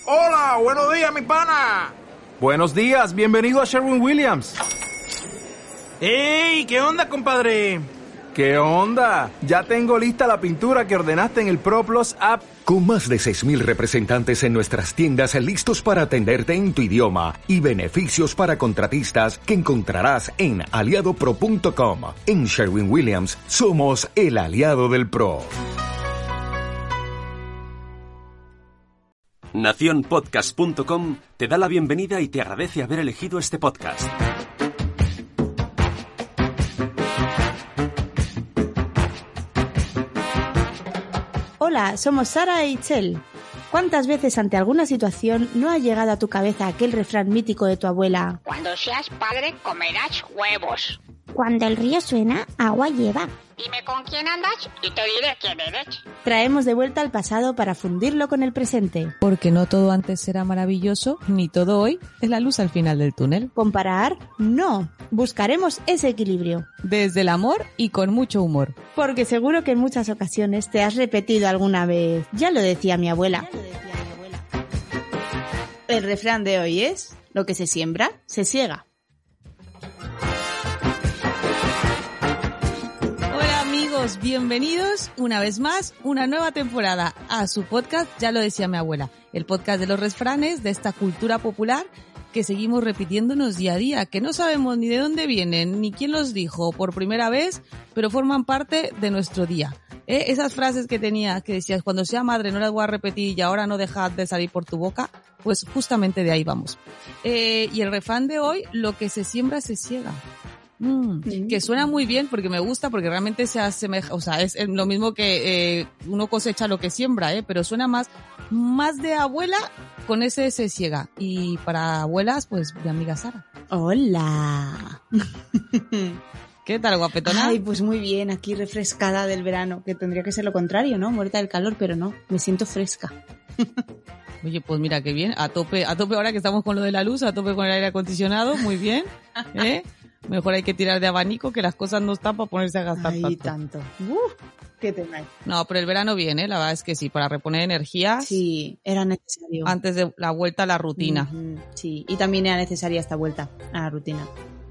Hola, buenos días, mi pana. Buenos días, bienvenido a Sherwin-Williams. ¡Ey! ¿Qué onda, compadre? ¿Qué onda? Ya tengo lista la pintura que ordenaste en el ProPlus app. Con más de 6,000 representantes en nuestras tiendas listos para atenderte en tu idioma y beneficios para contratistas que encontrarás en aliadopro.com. En Sherwin-Williams somos el aliado del pro. Nacionpodcast.com te da la bienvenida y te agradece haber elegido este podcast. Hola, somos Sara e Itzel. ¿Cuántas veces ante alguna situación no ha llegado a tu cabeza aquel refrán mítico de tu abuela? Cuando seas padre comerás huevos. Cuando el río suena, agua lleva. Dime con quién andas y te diré quién eres. Traemos de vuelta al pasado para fundirlo con el presente. Porque no todo antes era maravilloso, ni todo hoy es la luz al final del túnel. ¿Comparar? No. Buscaremos ese equilibrio. Desde el amor y con mucho humor. Porque seguro que en muchas ocasiones te has repetido alguna vez. Ya lo decía mi abuela. El refrán de hoy es: lo que se siembra, se siega. Bienvenidos una vez más, una nueva temporada a su podcast, ya lo decía mi abuela, el podcast de los refranes, de esta cultura popular que seguimos repitiéndonos día a día, que no sabemos ni de dónde vienen, ni quién los dijo por primera vez, pero forman parte de nuestro día. Esas frases que decías, cuando sea madre no las voy a repetir y ahora no dejad de salir por tu boca, pues justamente de ahí vamos. Y el refrán de hoy, lo que se siembra se siega. Que suena muy bien porque me gusta, porque realmente se asemeja, o sea, es lo mismo que uno cosecha lo que siembra, pero suena más de abuela con ese se ciega. Y para abuelas, pues mi amiga Sara. Hola. ¿Qué tal, guapetona? Ay, pues muy bien, aquí refrescada del verano, que tendría que ser lo contrario, ¿no? Muerta del calor, pero no, me siento fresca. Oye, pues mira qué bien, a tope ahora que estamos con lo de la luz, a tope con el aire acondicionado, muy bien, Mejor hay que tirar de abanico, que las cosas no están para ponerse a gastar tanto. Qué tema. No, pero el verano viene, la verdad es que sí, para reponer energías. Sí, era necesario. Antes de la vuelta a la rutina. Sí, y también era necesaria esta vuelta a la rutina.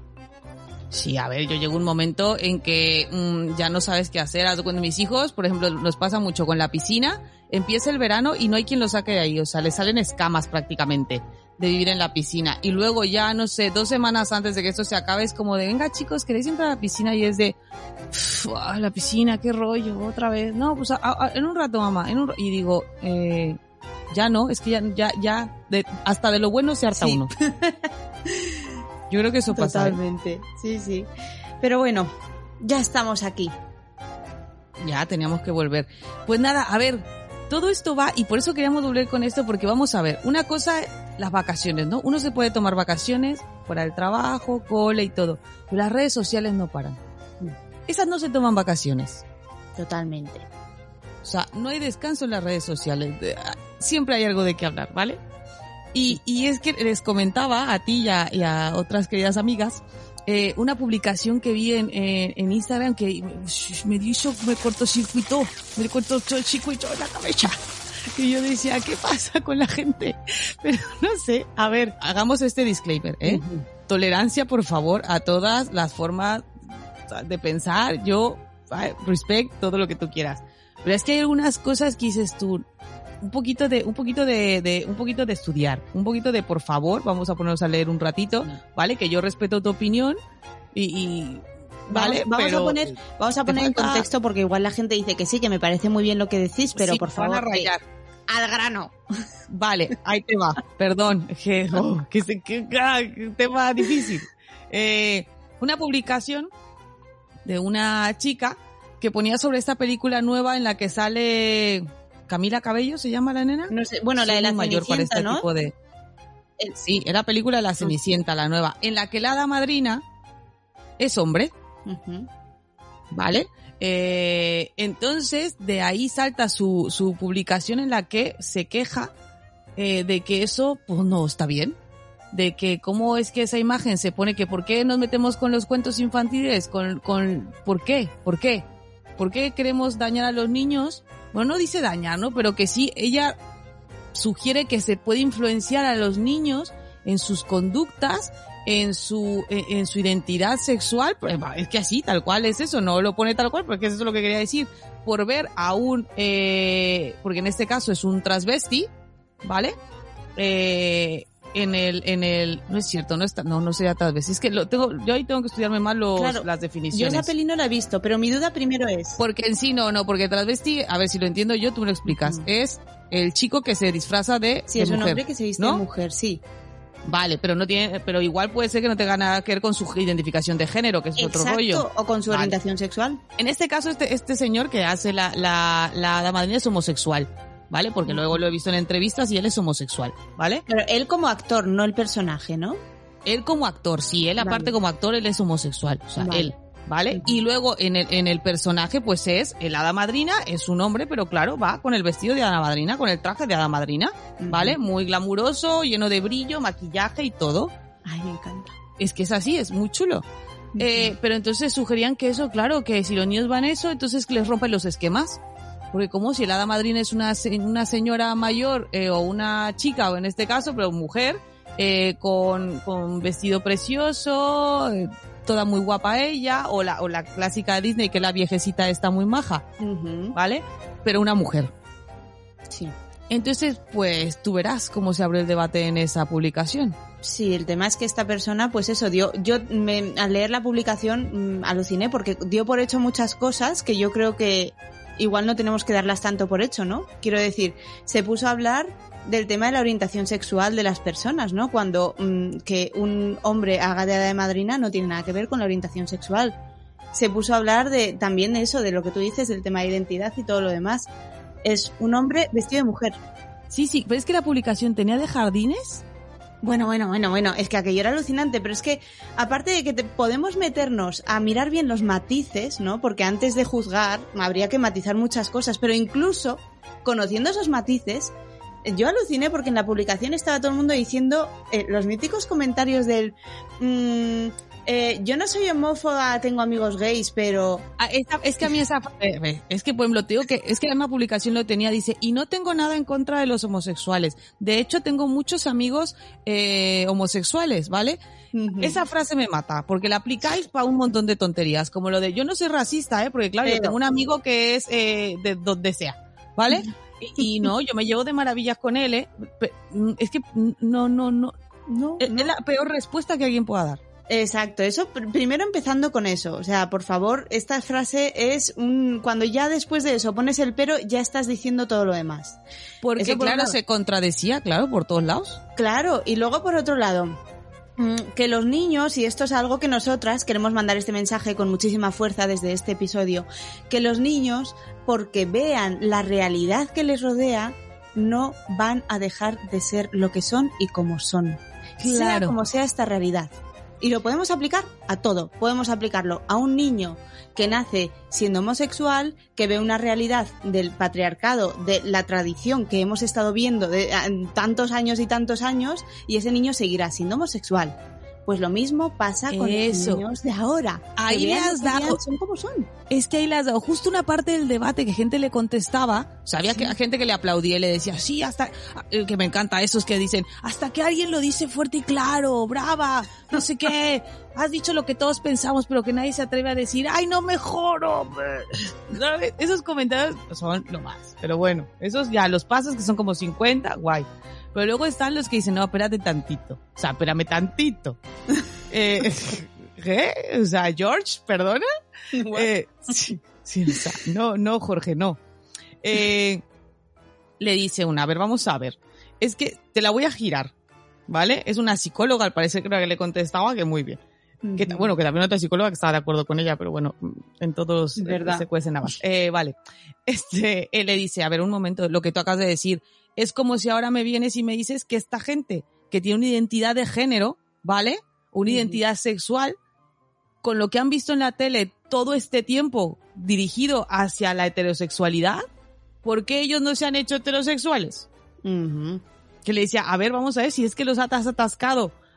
Sí, a ver, yo llego un momento en que ya no sabes qué hacer. Cuando mis hijos, por ejemplo, nos pasa mucho con la piscina, empieza el verano y no hay quien lo saque de ahí, o sea, les salen escamas prácticamente de vivir en la piscina. Y luego ya, no sé, 2 semanas antes de que esto se acabe, es como de, venga chicos, ¿queréis entrar a la piscina? Y es de, la piscina, qué rollo, otra vez. No, pues en un rato, mamá, y digo, ya no, es que ya hasta de lo bueno se harta uno. Yo creo que eso pasa. Totalmente, sí. Pero bueno, ya estamos aquí. Ya, teníamos que volver. Pues nada, a ver, todo esto va, y por eso queríamos volver con esto, porque vamos a ver, una cosa, las vacaciones, ¿no? Uno se puede tomar vacaciones fuera del trabajo, cole y todo, pero las redes sociales no paran. Esas no se toman vacaciones. Totalmente. O sea, no hay descanso en las redes sociales. Siempre hay algo de qué hablar, ¿vale? Y es que les comentaba a ti y a otras queridas amigas una publicación que vi en Instagram que me cortocircuitó en la cabeza. Y yo decía, ¿qué pasa con la gente? Pero no sé, a ver, hagamos este disclaimer, Tolerancia, por favor, a todas las formas de pensar. Yo, respect, todo lo que tú quieras. Pero es que hay algunas cosas que dices tú, un poquito de estudiar, un poquito de, por favor, vamos a ponernos a leer un ratito, ¿vale? Que yo respeto tu opinión y ¿vale? Vamos a poner en contexto, porque igual la gente dice que sí, que me parece muy bien lo que decís, pero sí, por favor, van a rayar. Al grano. Vale, ahí te va. Perdón, que tema difícil. Una publicación de una chica que ponía sobre esta película nueva en la que sale Camila Cabello, ¿se llama la nena? No sé, bueno, la de la mayor para este ¿no? tipo de. Sí, es la película de La Cenicienta, la nueva, en la que la hada madrina es hombre. ¿Vale? Entonces, de ahí salta su publicación en la que se queja de que eso, pues no está bien. De que cómo es que esa imagen se pone, que por qué nos metemos con los cuentos infantiles, ¿por qué? ¿Por qué queremos dañar a los niños? Bueno, no dice dañar, ¿no? Pero que sí, ella sugiere que se puede influenciar a los niños en sus conductas, en su identidad sexual. Es que así, tal cual es eso, no lo pone tal cual, porque eso es lo que quería decir, por ver a un, porque en este caso es un transvesti, ¿vale? No es cierto, no sería transvesti, es que yo ahí tengo que estudiarme más las definiciones. Yo esa peli no la he visto, pero mi duda primero es... Porque en sí porque transvesti, a ver si lo entiendo yo, tú me lo explicas, es el chico que se disfraza de Sí, de es mujer, un hombre que se viste ¿no? de mujer, sí. Vale, pero igual puede ser que no tenga nada que ver con su identificación de género, que es otro rollo. Exacto, o con su orientación sexual. En este caso, este señor que hace la hada madrina es homosexual, ¿vale? Porque luego lo he visto en entrevistas y él es homosexual, ¿vale? Pero él como actor, no el personaje, ¿no? Él como actor, sí, él aparte como actor, él es homosexual, o sea, él, ¿vale? Y luego en el personaje, pues es el hada madrina, es un hombre, pero claro, va con el vestido de hada madrina, con el traje de hada madrina, ¿vale? Muy glamuroso, lleno de brillo, maquillaje y todo. Ay, me encanta. Es que es así, es muy chulo. Pero entonces sugerían que eso, claro, que si los niños van eso, entonces que les rompen los esquemas. Porque como si el hada madrina es una señora mayor o una chica, o en este caso, pero mujer, con vestido precioso, toda muy guapa ella, o la clásica de Disney, que la viejecita está muy maja, ¿vale? Pero una mujer. Sí. Entonces, pues tú verás cómo se abre el debate en esa publicación. Sí, el tema es que esta persona, pues eso, al leer la publicación aluciné porque dio por hecho muchas cosas que yo creo que igual no tenemos que darlas tanto por hecho, ¿no? Quiero decir, se puso a hablar del tema de la orientación sexual de las personas, ¿no? Cuando que un hombre haga de hada de madrina no tiene nada que ver con la orientación sexual. Se puso a hablar también de eso, de lo que tú dices, del tema de identidad y todo lo demás. Es un hombre vestido de mujer. Sí, pero es que la publicación tenía de jardines. Bueno, es que aquello era alucinante, pero es que aparte de que podemos meternos a mirar bien los matices, ¿no? Porque antes de juzgar habría que matizar muchas cosas, pero incluso conociendo esos matices, yo aluciné porque en la publicación estaba todo el mundo diciendo los míticos comentarios del yo no soy homófoba, tengo amigos gays, pero... Es que a mí es que, por ejemplo, te digo que es que en una publicación lo tenía, dice, y no tengo nada en contra de los homosexuales. De hecho, tengo muchos amigos homosexuales, ¿vale? Esa frase me mata, porque la aplicáis para un montón de tonterías, como lo de, yo no soy racista, porque claro, yo tengo un amigo que es de donde sea, ¿vale? Y no, yo me llevo de maravillas con él, es que no. Es la peor respuesta que alguien pueda dar. Exacto, eso primero empezando con eso, o sea, por favor, esta frase es cuando ya después de eso pones el pero, ya estás diciendo todo lo demás. Porque eso claro, se contradecía, claro, por todos lados. Claro, y luego por otro lado, que los niños, y esto es algo que nosotras queremos mandar este mensaje con muchísima fuerza desde este episodio, que los niños, porque vean la realidad que les rodea, no van a dejar de ser lo que son y como son. Claro. Sea como sea esta realidad. Y lo podemos aplicar a todo. Podemos aplicarlo a un niño que nace siendo homosexual, que ve una realidad del patriarcado, de la tradición que hemos estado viendo de tantos años y tantos años, y ese niño seguirá siendo homosexual. Pues lo mismo pasa con los niños de ahora. Ahí le has dado. Son como son. Es que ahí le has dado justo una parte del debate que gente le contestaba. O sea, había gente que le aplaudía y le decía, sí, hasta, que me encanta esos que dicen, hasta que alguien lo dice fuerte y claro, brava, no sé qué, has dicho lo que todos pensamos, pero que nadie se atreve a decir, ay, no mejoro. Esos comentarios son lo más. Pero bueno, esos ya, los pasos que son como 50, guay. Pero luego están los que dicen, no, espérate tantito. O sea, espérame tantito. ¿Qué? O sea, George, ¿perdona? Sí, o sea, no, Jorge, no. Le dice a ver, vamos a ver. Es que te la voy a girar, ¿vale? Es una psicóloga, al parecer creo que le contestaba que muy bien. Que, bueno, que también otra psicóloga que estaba de acuerdo con ella, pero bueno, en todos se cuecen habas. Vale. Él le dice, a ver, un momento, lo que tú acabas de decir, es como si ahora me vienes y me dices que esta gente que tiene una identidad de género, ¿vale? Una identidad sexual, con lo que han visto en la tele todo este tiempo dirigido hacia la heterosexualidad, ¿por qué ellos no se han hecho heterosexuales? Que le decía, a ver, vamos a ver, si es que los has atascado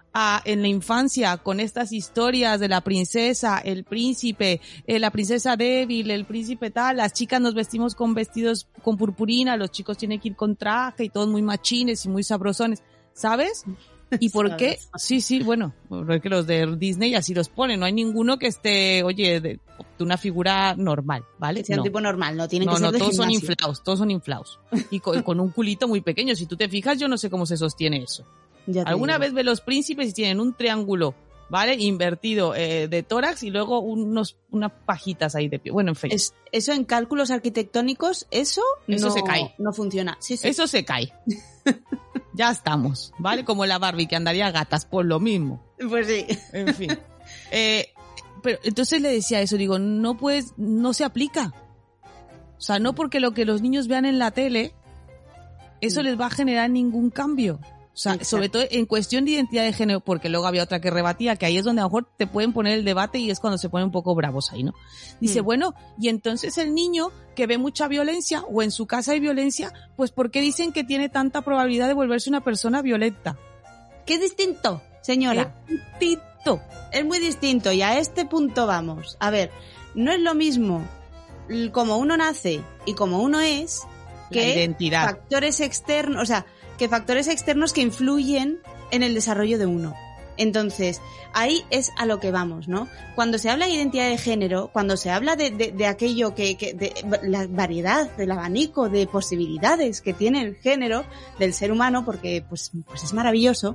en la infancia con estas historias de la princesa, el príncipe, la princesa débil, el príncipe tal, las chicas nos vestimos con vestidos con purpurina, los chicos tienen que ir con traje y todos muy machines y muy sabrosones, ¿sabes? ¿Y por qué? Sí, bueno, porque los de Disney así los ponen, no hay ninguno que esté, oye, de una figura normal, ¿vale? Que sea un tipo normal, no tienen que ser de todos gimnasio. todos son inflados. Y con un culito muy pequeño, si tú te fijas, yo no sé cómo se sostiene eso. ¿Alguna vez ves los príncipes y tienen un triángulo, ¿vale? Invertido de tórax y luego unas pajitas ahí de pie. Bueno, en fin. Eso en cálculos arquitectónicos, eso no se cae. No funciona. Sí. Eso se cae. Ya estamos, ¿vale? Como la Barbie que andaría a gatas por lo mismo. Pues sí. En fin. Pero entonces le decía eso, digo, no se aplica. O sea, no porque lo que los niños vean en la tele, eso les va a generar ningún cambio. O sea, exacto. Sobre todo en cuestión de identidad de género, porque luego había otra que rebatía, que ahí es donde a lo mejor te pueden poner el debate y es cuando se ponen un poco bravos ahí, ¿no? Dice, bueno, y entonces el niño que ve mucha violencia o en su casa hay violencia, pues ¿por qué dicen que tiene tanta probabilidad de volverse una persona violenta? ¡Qué distinto, señora! ¡Qué distinto! Es muy distinto y a este punto vamos. A ver, no es lo mismo como uno nace y como uno es que la identidad. Factores externos, o sea, que factores externos que influyen en el desarrollo de uno. Entonces, ahí es a lo que vamos, ¿no? Cuando se habla de identidad de género, cuando se habla de aquello de la variedad, del abanico de posibilidades que tiene el género del ser humano, porque pues es maravilloso,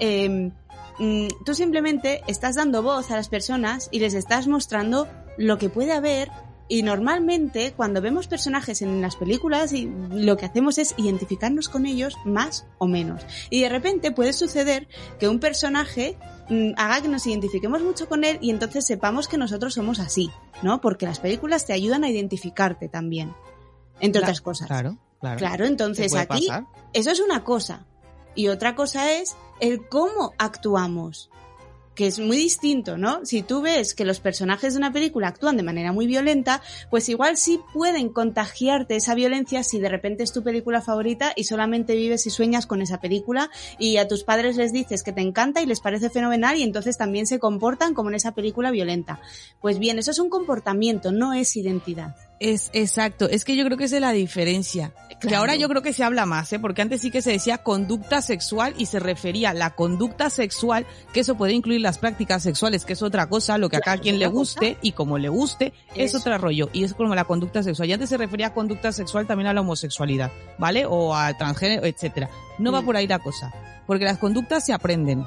tú simplemente estás dando voz a las personas y les estás mostrando lo que puede haber. Y normalmente cuando vemos personajes en las películas y lo que hacemos es identificarnos con ellos más o menos. Y de repente puede suceder que un personaje haga que nos identifiquemos mucho con él y entonces sepamos que nosotros somos así, ¿no? Porque las películas te ayudan a identificarte también, entre otras cosas. Claro, entonces aquí pasar. Eso es una cosa. Y otra cosa es el cómo actuamos, que es muy distinto, ¿no? Si tú ves que los personajes de una película actúan de manera muy violenta, pues igual sí pueden contagiarte esa violencia si de repente es tu película favorita y solamente vives y sueñas con esa película y a tus padres les dices que te encanta y les parece fenomenal y entonces también se comportan como en esa película violenta. Pues bien, eso es un comportamiento, no es identidad. Es exacto, es que yo creo que esa es la diferencia. Claro. Que ahora yo creo que se habla más, porque antes sí que se decía conducta sexual y se refería a la conducta sexual, que eso puede incluir las prácticas sexuales, que es otra cosa, lo que a cada quien le guste y como le guste, es otro rollo. Y es como la conducta sexual. Y antes se refería a conducta sexual también a la homosexualidad, ¿vale? O al transgénero, etcétera. No va por ahí la cosa, porque las conductas se aprenden.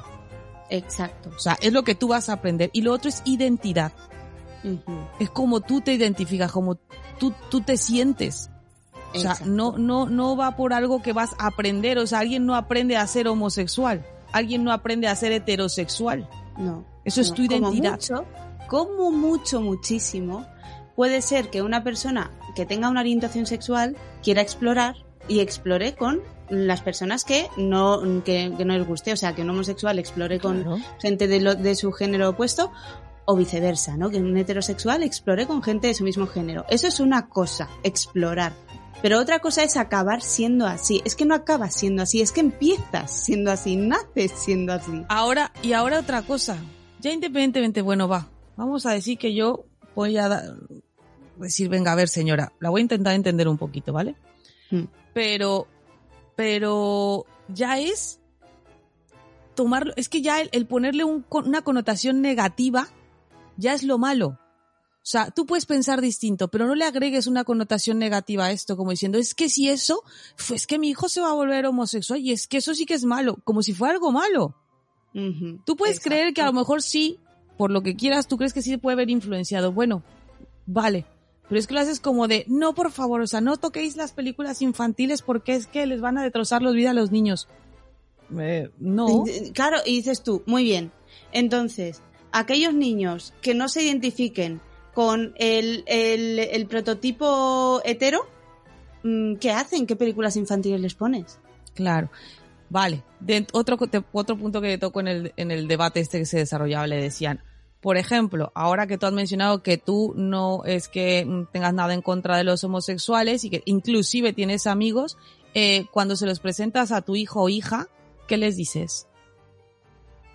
Exacto. O sea, es lo que tú vas a aprender. Y lo otro es identidad. Uh-huh. Es como tú te identificas, como tú te sientes. O sea, no va por algo que vas a aprender. O sea, alguien no aprende a ser homosexual. Alguien no aprende a ser heterosexual. No. Eso es tu identidad. Como muchísimo, puede ser que una persona que tenga una orientación sexual quiera explorar y explore con las personas que no les guste. O sea, que un homosexual explore con gente de su género opuesto o viceversa, ¿no? Que un heterosexual explore con gente de su mismo género. Eso es una cosa, explorar. Pero otra cosa es acabar siendo así. Es que no acabas siendo así, es que empiezas siendo así, naces siendo así. Ahora otra cosa. Ya independientemente, bueno, vamos a decir que yo voy a decir, venga, a ver, señora, la voy a intentar entender un poquito, ¿vale? Pero ya es tomarlo, es que ya el ponerle una connotación negativa ya es lo malo. O sea, tú puedes pensar distinto, pero no le agregues una connotación negativa a esto, como diciendo, es que si eso, es que mi hijo se va a volver homosexual y es que eso sí que es malo, como si fuera algo malo. Uh-huh. Tú puedes creer que a lo mejor sí, por lo que quieras, tú crees que sí se puede ver influenciado. Bueno, vale, pero es que lo haces como de, no, por favor, o sea, no toquéis las películas infantiles porque es que les van a destrozar la vida a los niños. No. Claro, y dices tú, muy bien, entonces, aquellos niños que no se identifiquen con el prototipo hetero, ¿qué hacen? ¿Qué películas infantiles les pones? Claro, vale. Otro punto que tocó en el debate este que se desarrollaba, le decían, por ejemplo, ahora que tú has mencionado que tú no es que tengas nada en contra de los homosexuales y que inclusive tienes amigos, cuando se los presentas a tu hijo o hija, ¿qué les dices?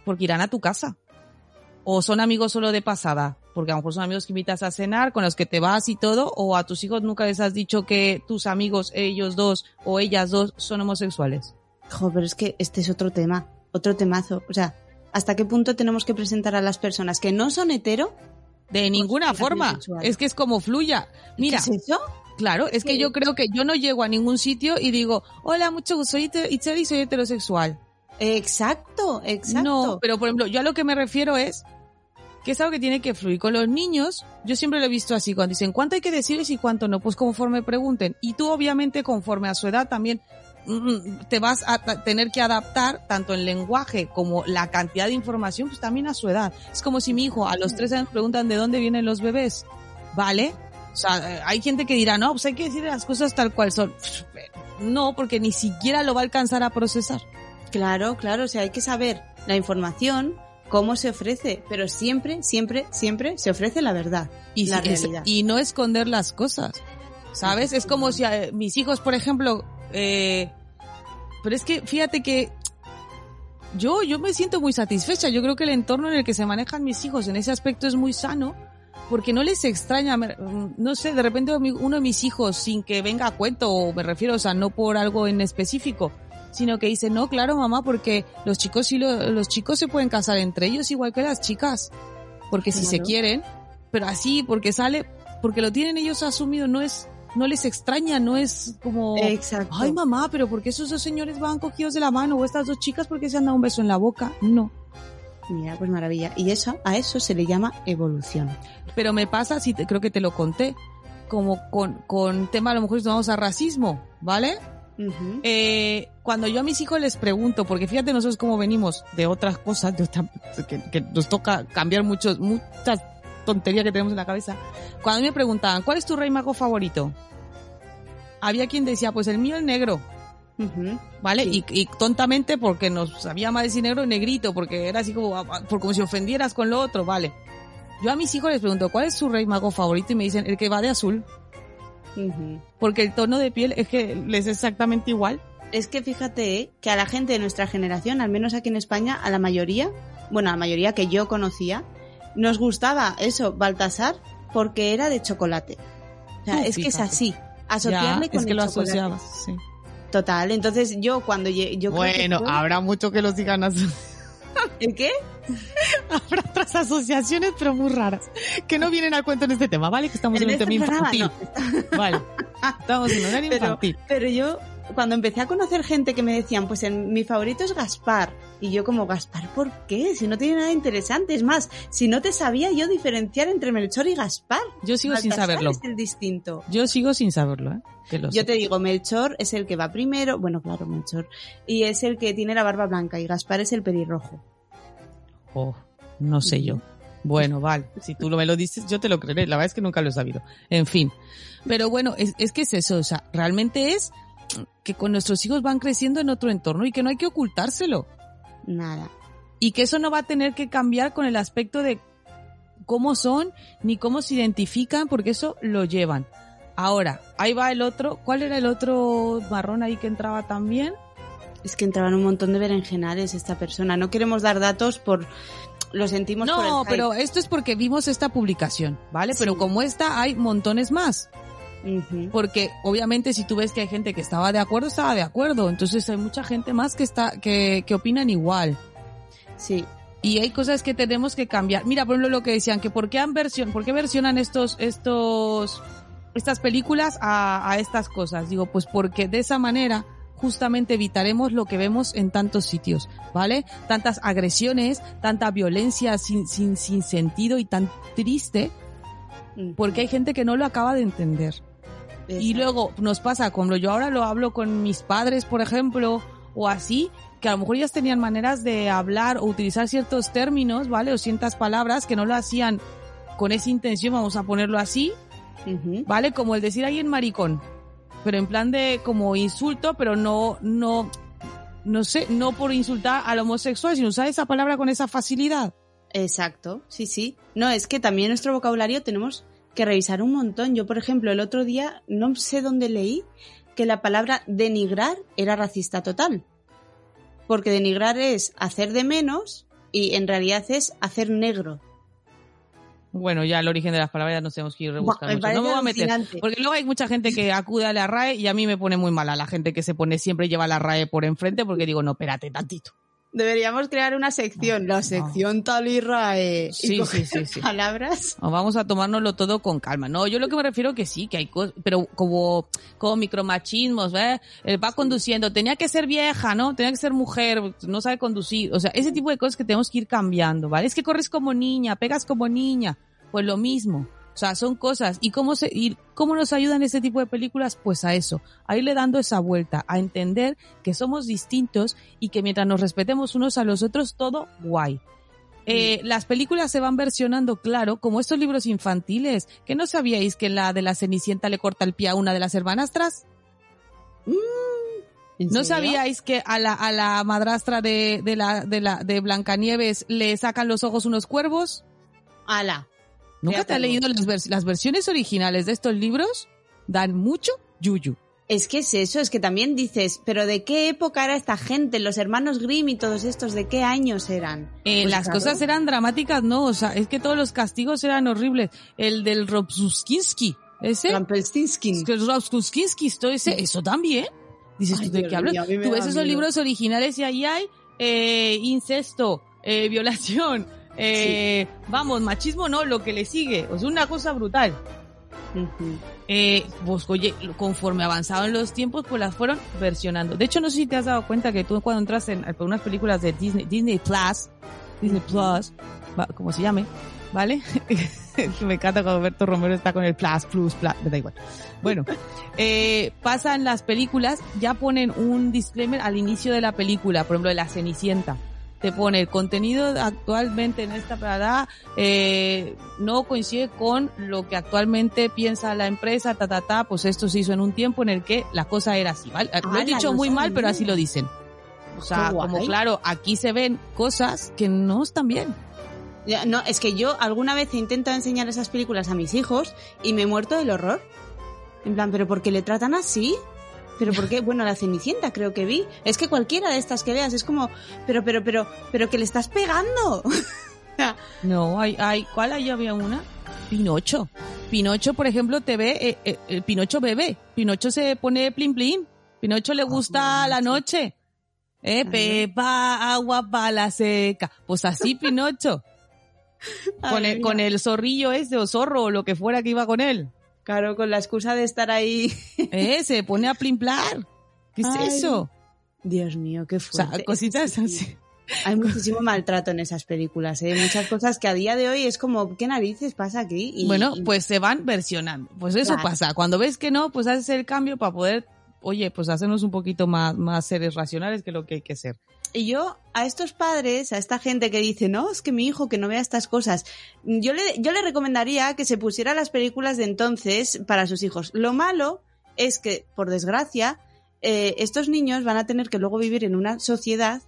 porque irán a tu casa. O son amigos solo de pasada, porque a lo mejor son amigos que invitas a cenar, con los que te vas y todo, o a tus hijos nunca les has dicho que tus amigos, ellos dos o ellas dos, son homosexuales. Jo, pero es que este es otro tema, otro temazo. O sea, ¿hasta qué punto tenemos que presentar a las personas que no son hetero? De ninguna forma. Sexual. Es que es como fluya. Mira, ¿Qué es eso? claro, es que yo creo que yo no llego a ningún sitio y digo, hola, mucho gusto, soy Itzel y soy heterosexual. Exacto. No, pero por ejemplo, yo a lo que me refiero es que es algo que tiene que fluir. Con los niños, yo siempre lo he visto así, cuando dicen cuánto hay que decirles y cuánto no, pues conforme pregunten. Y tú obviamente conforme a su edad también te vas a tener que adaptar tanto el lenguaje como la cantidad de información, pues también a su edad. Es como si mi hijo a los 3 años preguntan de dónde vienen los bebés, ¿vale? O sea, hay gente que dirá, no, pues hay que decir las cosas tal cual son. No, porque ni siquiera lo va a alcanzar a procesar. Claro, o sea, hay que saber la información, cómo se ofrece, pero siempre se ofrece la verdad y la realidad. Y no esconder las cosas, ¿sabes? Es como si mis hijos, por ejemplo, pero es que fíjate que yo me siento muy satisfecha. Yo creo que el entorno en el que se manejan mis hijos en ese aspecto es muy sano, porque no les extraña, no sé, de repente uno de mis hijos, sin que venga a cuento, o me refiero, o sea, no por algo en específico, sino que dice, no, claro, mamá, porque los chicos los chicos se pueden casar entre ellos igual que las chicas, porque si se quieren, pero así, porque lo tienen ellos asumido, no les extraña, no es como, exacto. Ay, mamá, pero ¿por qué esos dos señores van cogidos de la mano? O estas dos chicas, ¿por qué se han dado un beso en la boca? No. Mira, pues maravilla. Y a eso se le llama evolución. Pero me pasa, creo que te lo conté, como con tema, a lo mejor vamos a racismo, ¿vale? Uh-huh. Cuando yo a mis hijos les pregunto, porque fíjate nosotros cómo venimos de otras cosas, que nos toca cambiar muchas tonterías que tenemos en la cabeza. Cuando me preguntaban, ¿cuál es tu rey mago favorito? Había quien decía, pues el mío el negro. Uh-huh. ¿Vale? Sí. Y tontamente porque nos sabía más decir negro y negrito, porque era así como si ofendieras con lo otro, ¿vale? Yo a mis hijos les pregunto, ¿cuál es su rey mago favorito? Y me dicen, el que va de azul. Uh-huh. Porque el tono de piel es que les es exactamente igual. Es que fíjate que a la gente de nuestra generación, al menos aquí en España, a la mayoría que yo conocía, nos gustaba eso, Baltasar, porque era de chocolate. O sea, es que es así, asociarle con es que el lo chocolate. asociabas, sí. Total, entonces yo cuando yo bueno, habrá mucho que los digan así. ¿El qué? Habrá otras asociaciones, pero muy raras, que no vienen al cuento en este tema, ¿vale? Que estamos en un tema infantil. No. Vale, estamos en un horario infantil. Pero yo, cuando empecé a conocer gente que me decían, pues mi favorito es Gaspar. Y yo como, ¿Gaspar por qué? Si no tiene nada interesante. Es más, si no te sabía yo diferenciar entre Melchor y Gaspar. Yo sigo Baltasar sin saberlo. Es el distinto. Yo sigo sin saberlo, ¿eh? Yo te digo, Melchor es el que va primero, bueno, claro, Melchor, y es el que tiene la barba blanca, y Gaspar es el pelirrojo. Oh, no sé yo. Bueno, vale, si tú me lo dices, yo te lo creeré, la verdad es que nunca lo he sabido. En fin, pero bueno, es que es eso, o sea, realmente es que con nuestros hijos van creciendo en otro entorno y que no hay que ocultárselo. Nada. Y que eso no va a tener que cambiar con el aspecto de cómo son, ni cómo se identifican, porque eso lo llevan. Ahora, ahí va el otro. ¿Cuál era el otro marrón ahí que entraba también? Es que entraban un montón de berenjenales esta persona. No queremos dar datos lo sentimos por el hype. No, pero esto es porque vimos esta publicación, ¿vale? Sí. Pero como esta hay montones más. Uh-huh. Porque obviamente si tú ves que hay gente que estaba de acuerdo. Entonces hay mucha gente más que opinan igual. Sí. Y hay cosas que tenemos que cambiar. Mira, por ejemplo, lo que decían, que ¿por qué versionan estas películas a estas cosas? Digo, pues porque de esa manera justamente evitaremos lo que vemos en tantos sitios, ¿vale? Tantas agresiones, tanta violencia sin sentido y tan triste, porque hay gente que no lo acaba de entender. Exacto. Y luego nos pasa, como yo ahora lo hablo con mis padres, por ejemplo, o así, que a lo mejor ellas tenían maneras de hablar o utilizar ciertos términos, ¿vale? O ciertas palabras que no lo hacían con esa intención, vamos a ponerlo así, uh-huh. ¿Vale? Como el decir ahí en maricón, pero en plan de como insulto, pero no sé, no por insultar al homosexual, sino usar esa palabra con esa facilidad. Exacto, sí. No, es que también nuestro vocabulario tenemos que revisar un montón. Yo, por ejemplo, el otro día, no sé dónde leí, que la palabra denigrar era racista total. Porque denigrar es hacer de menos y en realidad es hacer negro. Bueno, ya el origen de las palabras nos tenemos que ir rebuscando mucho. No me voy a meter, porque luego hay mucha gente que acude a la RAE y a mí me pone muy mala la gente que se pone siempre y lleva la RAE por enfrente porque digo, no, espérate tantito. Deberíamos crear una sección, la sección tal y RAE. Sí. Palabras. O vamos a tomárnoslo todo con calma. No, yo lo que me refiero que sí, que hay cosas, pero como micromachismos, ¿ves? Va conduciendo, tenía que ser vieja, ¿no? Tenía que ser mujer, no sabe conducir. O sea, ese tipo de cosas que tenemos que ir cambiando, ¿vale? Es que corres como niña, pegas como niña. Pues lo mismo. O sea, son cosas. ¿Y cómo nos ayudan este tipo de películas? Pues a eso, a irle dando esa vuelta, a entender que somos distintos y que mientras nos respetemos unos a los otros, todo guay. Las películas se van versionando, claro, como estos libros infantiles. ¿Que no sabíais que la de la Cenicienta le corta el pie a una de las hermanastras? ¿No sabíais que a la madrastra de Blancanieves le sacan los ojos unos cuervos? ¡Hala! ¿Nunca te has leído las versiones originales de estos libros? Dan mucho yuyu. Es que es eso, es que también dices, ¿pero de qué época era esta gente? Los hermanos Grimm y todos estos, ¿de qué años eran? Pues las cosas eran dramáticas, no, o sea, es que todos los castigos eran horribles. El del Rumpelstiltskin, ese. Rumpelstiltskin. Todo ese, eso también. Dices, ¿tú de qué hablas? Tú ves esos libros originales y ahí hay incesto, violación, vamos, machismo no, lo que le sigue, es una cosa brutal. Pues oye, conforme avanzaban los tiempos, pues las fueron versionando. De hecho, no sé si te has dado cuenta que tú cuando entras por unas películas de Disney Plus, como se llame, ¿vale? Me encanta cuando Alberto Romero está con el plus, me da igual. Bueno, pasan las películas, ya ponen un disclaimer al inicio de la película, por ejemplo, de La Cenicienta. Te pone el contenido actualmente en esta parada no coincide con lo que actualmente piensa la empresa, pues esto se hizo en un tiempo en el que la cosa era así, ¿vale? Lo he dicho muy mal, pero así lo dicen. O sea, como claro, aquí se ven cosas que no están bien. No, es que yo alguna vez he intentado enseñar esas películas a mis hijos y me he muerto del horror. En plan, ¿pero por qué le tratan así? ¿Pero por qué? Bueno, La Cenicienta creo que vi. Es que cualquiera de estas que veas es como, pero que le estás pegando. No, ¿cuál ahí había una? Pinocho. Pinocho, por ejemplo, te ve, Pinocho bebe. Pinocho se pone plin plin. Pinocho le gusta la noche. Pepa, agua para la seca. Pues así Pinocho. Con el zorrillo ese, o zorro, o lo que fuera que iba con él. Claro, con la excusa de estar ahí. Se pone a plimplar. ¿Qué es eso? Dios mío, qué fuerte. O sea, cositas así. Hay muchísimo maltrato en esas películas, muchas cosas que a día de hoy es como, ¿qué narices pasa aquí? Pues se van versionando. Pues eso pasa. Cuando ves que no, pues haces el cambio para poder, pues hacernos un poquito más seres racionales que lo que hay que ser. Y yo, a estos padres, a esta gente que dice, no, es que mi hijo que no vea estas cosas, yo le recomendaría que se pusiera las películas de entonces para sus hijos. Lo malo es que, por desgracia, estos niños van a tener que luego vivir en una sociedad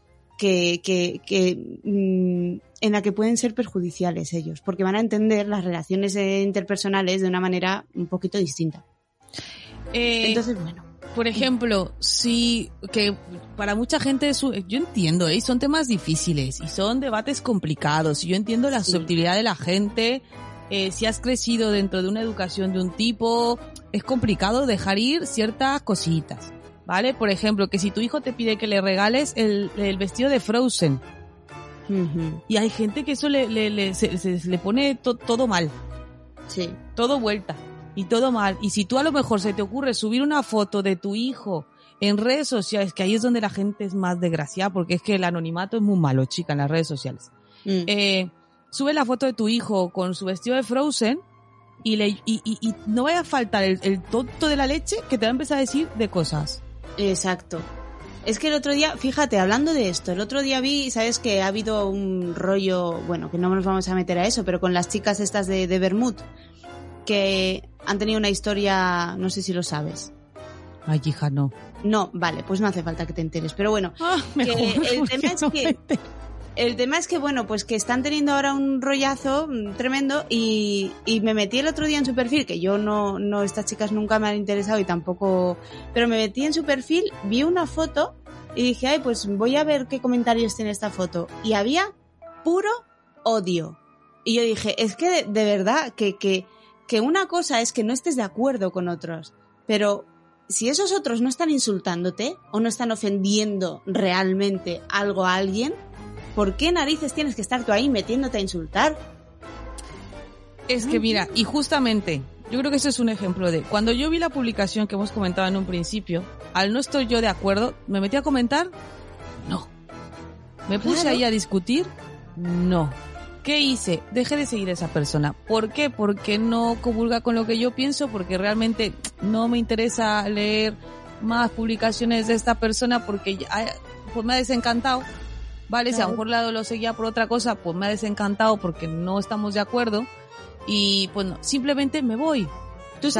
en la que pueden ser perjudiciales ellos, porque van a entender las relaciones interpersonales de una manera un poquito distinta. Entonces, bueno. Por ejemplo, sí, que para mucha gente yo entiendo, son temas difíciles y son debates complicados y yo entiendo la susceptibilidad de la gente. Si has crecido dentro de una educación de un tipo, es complicado dejar ir ciertas cositas, ¿vale? Por ejemplo, que si tu hijo te pide que le regales el vestido de Frozen, y hay gente que eso le pone todo mal, sí, todo vuelta. Y todo mal. Y si tú a lo mejor se te ocurre subir una foto de tu hijo en redes sociales, que ahí es donde la gente es más desgraciada, porque es que el anonimato es muy malo, chica, en las redes sociales. Sube la foto de tu hijo con su vestido de Frozen y no vaya a faltar el tonto de la leche que te va a empezar a decir de cosas. Exacto. Es que el otro día, fíjate, hablando de esto, el otro día vi, sabes que ha habido un rollo, bueno, que no nos vamos a meter a eso, pero con las chicas estas de Bermud, que han tenido una historia, no sé si lo sabes. Ay, hija, no. No, vale, pues no hace falta que te enteres. Pero bueno, el tema es que, bueno, pues que están teniendo ahora un rollazo tremendo y me metí el otro día en su perfil, que yo no, estas chicas nunca me han interesado y tampoco, pero me metí en su perfil, vi una foto y dije, pues voy a ver qué comentarios tiene esta foto. Y había puro odio. Y yo dije, es que de verdad, que una cosa es que no estés de acuerdo con otros, pero si esos otros no están insultándote o no están ofendiendo realmente algo a alguien, ¿por qué narices tienes que estar tú ahí metiéndote a insultar? Es que mira, y justamente, yo creo que eso es un ejemplo de, cuando yo vi la publicación que hemos comentado en un principio, al no estoy yo de acuerdo, ¿me metí a comentar? No. ¿Me puse ahí a discutir? No. ¿Qué hice? Dejé de seguir a esa persona. ¿Por qué? Porque no comulga con lo que yo pienso, porque realmente no me interesa leer más publicaciones de esta persona porque pues me ha desencantado. Vale, si a lo mejor lo seguía por otra cosa, pues me ha desencantado porque no estamos de acuerdo. Y pues no, simplemente me voy. Tú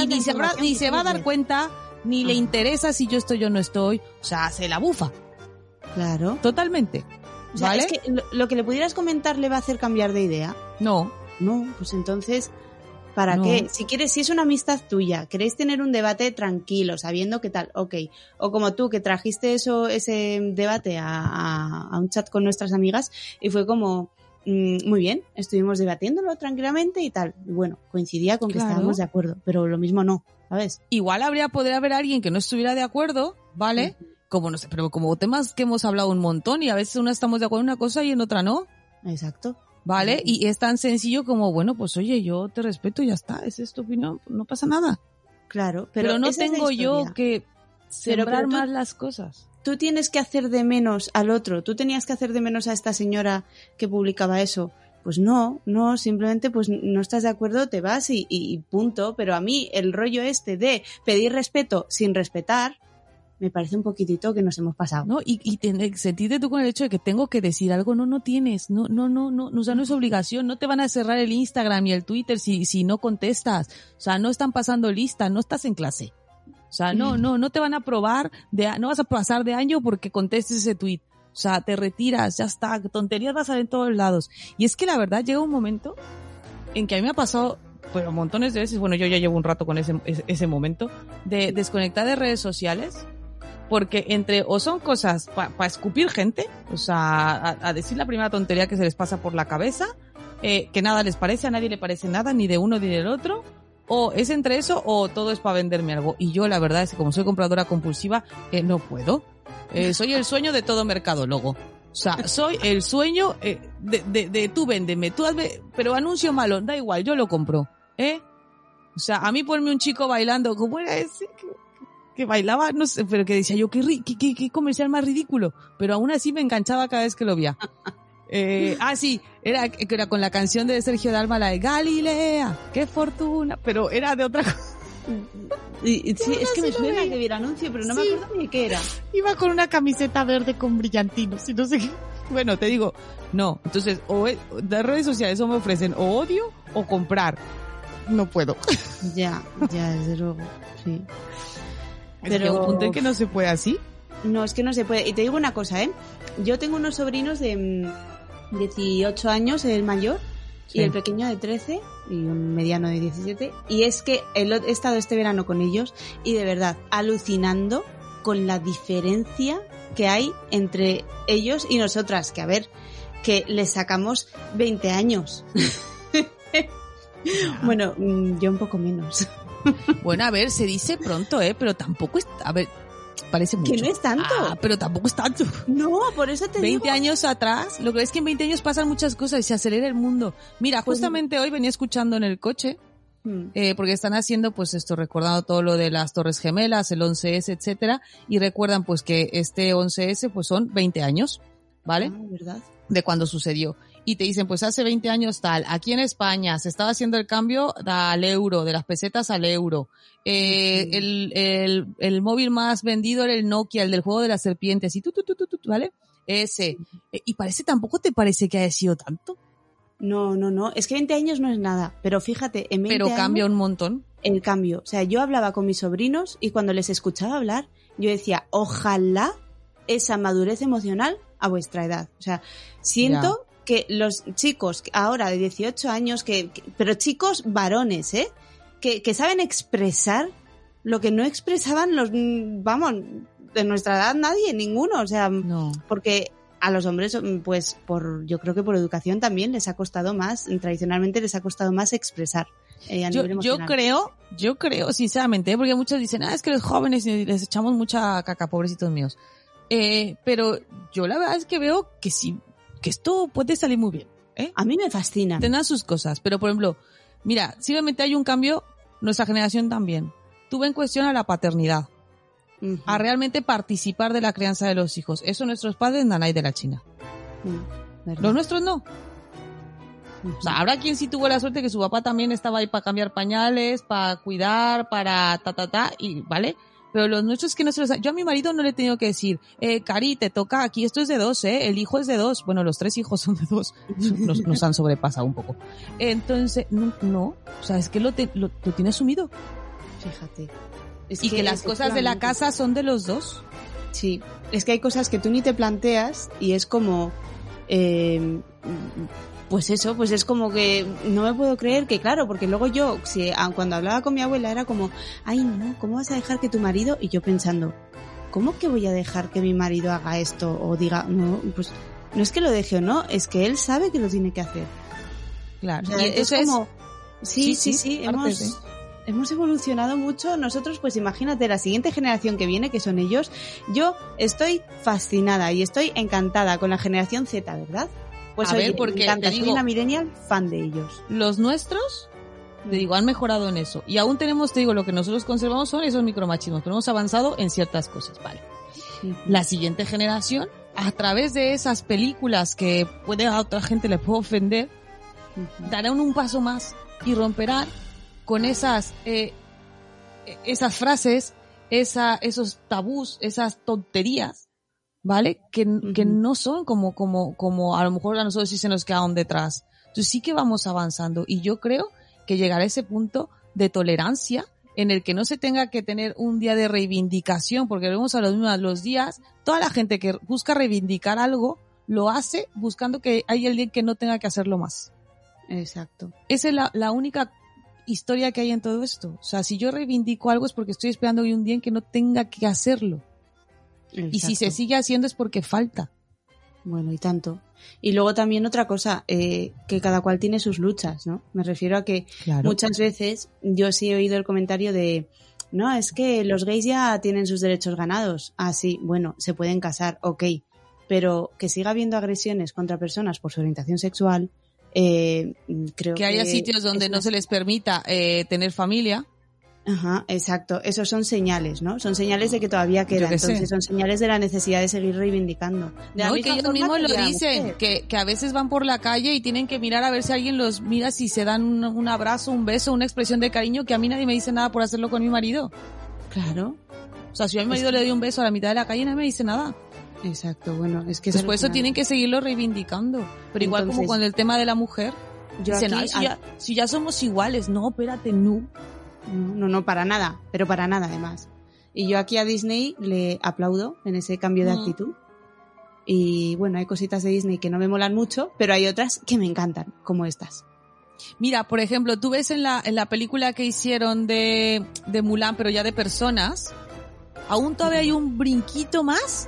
ni se va a dar cuenta, ni le interesa si yo estoy o no estoy. O sea, se la bufa. Claro. Totalmente. O sea, ¿vale? es que lo que le pudieras comentar le va a hacer cambiar de idea. No. No, pues entonces, ¿para qué? Si es una amistad tuya, queréis tener un debate tranquilo, sabiendo qué tal, ok. O como tú, que trajiste ese debate a un chat con nuestras amigas y fue como, muy bien, estuvimos debatiéndolo tranquilamente y tal. Y bueno, coincidía con que estábamos de acuerdo, pero lo mismo no, ¿sabes? Igual podría haber alguien que no estuviera de acuerdo, ¿vale? Como no sé, pero como temas que hemos hablado un montón y a veces una estamos de acuerdo en una cosa y en otra no. Exacto. ¿Vale? Y es tan sencillo como, bueno, pues oye, yo te respeto y ya está, esa es tu opinión, no pasa nada. Claro, pero no tengo yo que sembrar más las cosas. Tú tienes que hacer de menos al otro, tú tenías que hacer de menos a esta señora que publicaba eso. Pues no, simplemente pues no estás de acuerdo, te vas y punto. Pero a mí el rollo este de pedir respeto sin respetar, me parece un poquitito que nos hemos pasado. No, y sentirte tú con el hecho de que tengo que decir algo, no tienes, no, o sea, no es obligación, no te van a cerrar el Instagram y el Twitter si no contestas, o sea, no están pasando lista, no estás en clase, o sea, no te van a aprobar, no vas a pasar de año porque contestes ese tweet, o sea, te retiras, ya está, tonterías vas a ver en todos lados, y es que la verdad llega un momento en que a mí me ha pasado, pero montones de veces, bueno, yo ya llevo un rato con ese momento, de desconectar de redes sociales, porque o son cosas para escupir gente, o sea, a decir la primera tontería que se les pasa por la cabeza, que nada les parece, a nadie le parece nada, ni de uno ni del otro, o es entre eso o todo es para venderme algo. Y yo la verdad es que como soy compradora compulsiva, no puedo. Soy el sueño de todo mercadólogo. O sea, soy el sueño de tú véndeme, tú hazme, pero anuncio malo, da igual, yo lo compro, O sea, a mí ponme un chico bailando, ¿cómo era ese? Que bailaba, no sé, pero que decía yo, qué comercial más ridículo, pero aún así me enganchaba cada vez que lo veía. Sí, era con la canción de Sergio Dalma, la de Galilea, qué fortuna, pero era de otra cosa. Sí, es que me suena que vi el anuncio, pero no me acuerdo ni de qué era. Iba con una camiseta verde con brillantinos y no sé qué. Bueno, te digo, no, entonces, las redes sociales o me ofrecen o odio o comprar. No puedo. Ya, desde luego, sí. Pero llega un punto en que no se puede así. No, es que no se puede. Y te digo una cosa, yo tengo unos sobrinos de 18 años, el mayor, y el pequeño de 13, y un mediano de 17, y es que he estado este verano con ellos, y de verdad, alucinando con la diferencia que hay entre ellos y nosotras, que a ver, que les sacamos 20 años. Bueno, yo un poco menos. Bueno, a ver, se dice pronto, pero tampoco es... A ver, parece mucho. Que no es tanto. Pero tampoco es tanto. No, por eso te 20 años atrás, lo que es que en 20 años pasan muchas cosas y se acelera el mundo. Mira, justamente hoy venía escuchando en el coche, porque están haciendo pues esto, recordando todo lo de las Torres Gemelas, el 11S, etcétera, y recuerdan pues que este 11S pues son 20 años, ¿vale? ¿Verdad? De cuando sucedió. Y te dicen, pues hace 20 años tal, aquí en España se estaba haciendo el cambio al euro, de las pesetas al euro. El móvil más vendido era el Nokia, el del juego de las serpientes, y ¿vale? Ese. Y tampoco te parece que haya sido tanto. No, es que 20 años no es nada, pero fíjate, en 20 pero años... Pero cambia un montón. El cambio, o sea, yo hablaba con mis sobrinos y cuando les escuchaba hablar, yo decía, ojalá esa madurez emocional a vuestra edad. O sea, siento... que los chicos ahora de 18 años, pero chicos varones, que saben expresar lo que no expresaban de nuestra edad ninguno, o sea, porque a los hombres, pues yo creo que por educación también les ha costado más, tradicionalmente les ha costado más expresar a nivel emocional. Yo creo, sinceramente, porque muchos dicen, es que los jóvenes les echamos mucha caca, pobrecitos míos. Pero yo la verdad es que veo que sí, que esto puede salir muy bien. A mí me fascina. Tendrán sus cosas, pero por ejemplo, mira, simplemente hay un cambio, nuestra generación también. Tuve en cuestión a la paternidad, a realmente participar de la crianza de los hijos. Eso nuestros padres, nanay de la China. Los nuestros no. O sea, habrá quien sí tuvo la suerte que su papá también estaba ahí para cambiar pañales, para cuidar, para y ¿vale? Pero los nuestros que no se los... Yo a mi marido no le he tenido que decir, Cari, te toca aquí, esto es de 2, el hijo es de 2. Bueno, los 3 hijos son de 2. Nos han sobrepasado un poco. Entonces, no. O sea, es que lo tiene asumido. Fíjate. Y que las cosas de la casa son de los 2. Sí, es que hay cosas que tú ni te planteas y es como... pues eso, pues es como que no me puedo creer que, claro, porque luego yo, cuando hablaba con mi abuela era como, ay no, ¿cómo vas a dejar que tu marido? Y yo pensando, ¿cómo que voy a dejar que mi marido haga esto? O diga, no, pues no es que lo deje o no, es que él sabe que lo tiene que hacer. Claro. O sea, y entonces, es como, sí, parte, hemos evolucionado mucho. Nosotros, pues imagínate, la siguiente generación que viene, que son ellos, yo estoy fascinada y estoy encantada con la generación Z, ¿verdad? Pues oye, porque me encanta, soy una millennial fan de ellos. Los nuestros, te digo, han mejorado en eso. Y aún tenemos, te digo, lo que nosotros conservamos son esos micromachismos, pero hemos avanzado en ciertas cosas, ¿vale? La siguiente generación, a través de esas películas que puede a otra gente le puede ofender, darán un paso más y romperán con esas frases, esos tabús, esas tonterías, ¿vale? Que no son como a lo mejor a nosotros sí se nos quedaron detrás. Entonces sí que vamos avanzando y yo creo que llegará a ese punto de tolerancia en el que no se tenga que tener un día de reivindicación, porque vemos a los días, toda la gente que busca reivindicar algo lo hace buscando que haya alguien que no tenga que hacerlo más. Exacto. Esa es la única historia que hay en todo esto. O sea, si yo reivindico algo es porque estoy esperando hoy un día en que no tenga que hacerlo. Exacto. Y si se sigue haciendo es porque falta. Bueno, y tanto. Y luego también otra cosa, que cada cual tiene sus luchas, ¿no? Me refiero a que muchas veces yo sí he oído el comentario de, no, es que los gays ya tienen sus derechos ganados. Ah, sí, bueno, se pueden casar, ok. Pero que siga habiendo agresiones contra personas por su orientación sexual, creo que haya sitios donde no se les permita tener familia. Ajá, exacto. Esos son señales, ¿no? Son señales de que todavía queda. Entonces son señales de la necesidad de seguir reivindicando. No, y que ellos mismos lo dicen, que a veces van por la calle y tienen que mirar a ver si alguien los mira, si se dan un abrazo, un beso, una expresión de cariño, que a mí nadie me dice nada por hacerlo con mi marido. Claro. O sea, si yo a mi marido le doy un beso a la mitad de la calle, nadie me dice nada. Exacto, bueno, es que... Después eso tienen que seguirlo reivindicando. Pero igual como con el tema de la mujer, dicen, si ya somos iguales. No, espérate, no. No, para nada, pero para nada además. Y yo aquí a Disney le aplaudo en ese cambio de actitud. Y bueno, hay cositas de Disney que no me molan mucho, pero hay otras que me encantan, como estas. Mira, por ejemplo, tú ves en la película que hicieron de Mulan, pero ya de personas, aún todavía hay un brinquito más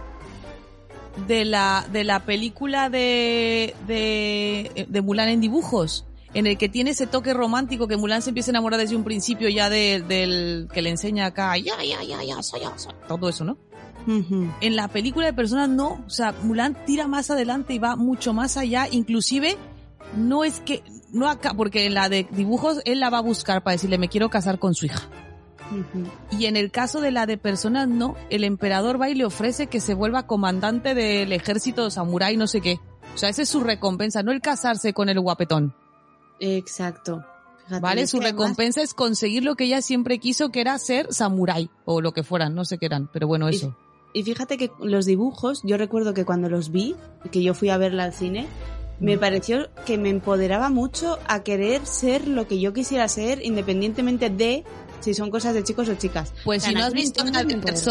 de la película de Mulan en dibujos, en el que tiene ese toque romántico que Mulan se empieza a enamorar desde un principio ya del que le enseña acá, ya, soy yo, todo eso, ¿no? En la película de personas no, o sea, Mulan tira más adelante y va mucho más allá, inclusive no es que, no acá, porque en la de dibujos él la va a buscar para decirle me quiero casar con su hija. Y en el caso de la de personas no, el emperador va y le ofrece que se vuelva comandante del ejército samurái no sé qué, o sea, esa es su recompensa, no el casarse con el guapetón. Exacto. Fíjate, vale, su recompensa es conseguir lo que ella siempre quiso, que era ser samurái, o lo que fueran, no sé qué eran, pero bueno, eso. Y fíjate que los dibujos, yo recuerdo que cuando los vi, que yo fui a verla al cine, me pareció que me empoderaba mucho a querer ser lo que yo quisiera ser, independientemente de si son cosas de chicos o chicas. Pues si no has visto la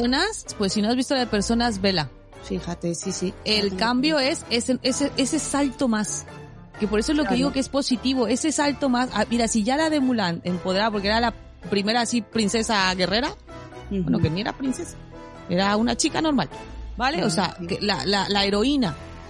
de personas, vela. Fíjate, sí. El cambio es ese salto más. Que por eso es lo que digo que es positivo, ese salto más. Mira, si ya la de Mulan empoderada, porque era la primera así princesa guerrera, bueno, que ni era princesa, era una chica normal, ¿vale? O sea, que la heroína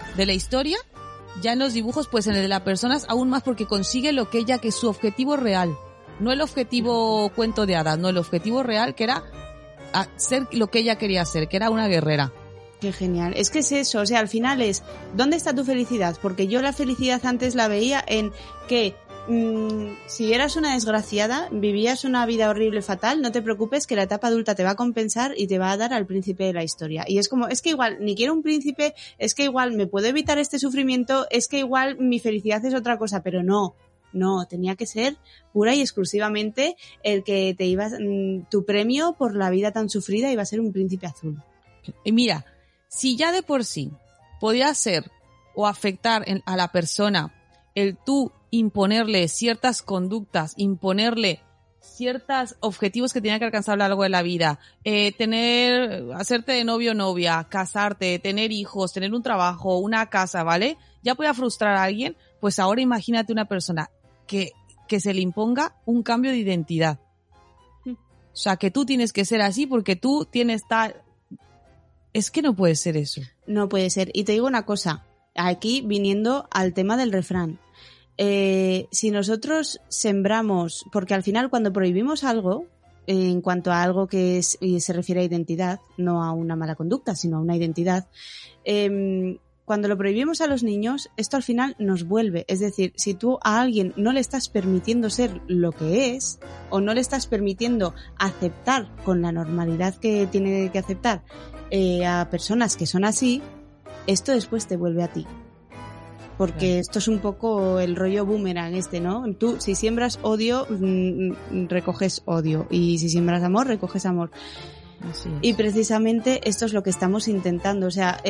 de la historia, ya en los dibujos, pues en el de las personas aún más, porque consigue lo que ella, que es su objetivo real. No el objetivo cuento de hadas, no, el objetivo real, que era hacer lo que ella quería hacer, que era una guerrera. Qué genial. Es que es eso, o sea, al final es, ¿dónde está tu felicidad? Porque yo la felicidad antes la veía en que si eras una desgraciada, vivías una vida horrible, fatal, no te preocupes que la etapa adulta te va a compensar y te va a dar al príncipe de la historia. Y es como, es que igual ni quiero un príncipe, es que igual me puedo evitar este sufrimiento, es que igual mi felicidad es otra cosa, pero no, tenía que ser pura y exclusivamente el que te ibas, tu premio por la vida tan sufrida iba a ser un príncipe azul. Y mira, si ya de por sí podía ser o afectar a la persona el tú imponerle ciertas conductas, imponerle ciertos objetivos que tenía que alcanzar a lo largo de la vida, hacerte de novio o novia, casarte, tener hijos, tener un trabajo, una casa, ¿vale? Ya podía frustrar a alguien, pues ahora imagínate una persona que se le imponga un cambio de identidad. O sea, que tú tienes que ser así porque tú tienes tal... Es que no puede ser eso. No puede ser. Y te digo una cosa, aquí viniendo al tema del refrán. Si nosotros sembramos, porque al final cuando prohibimos algo, en cuanto a algo que se refiere a identidad, no a una mala conducta, sino a una identidad, cuando lo prohibimos a los niños, esto al final nos vuelve. Es decir, si tú a alguien no le estás permitiendo ser lo que es, o no le estás permitiendo aceptar con la normalidad que tiene que aceptar a personas que son así, esto después te vuelve a ti. Porque esto es un poco el rollo boomerang ¿no? Tú, si siembras odio, recoges odio. Y si siembras amor, recoges amor. Así es. Y precisamente esto es lo que estamos intentando. O sea,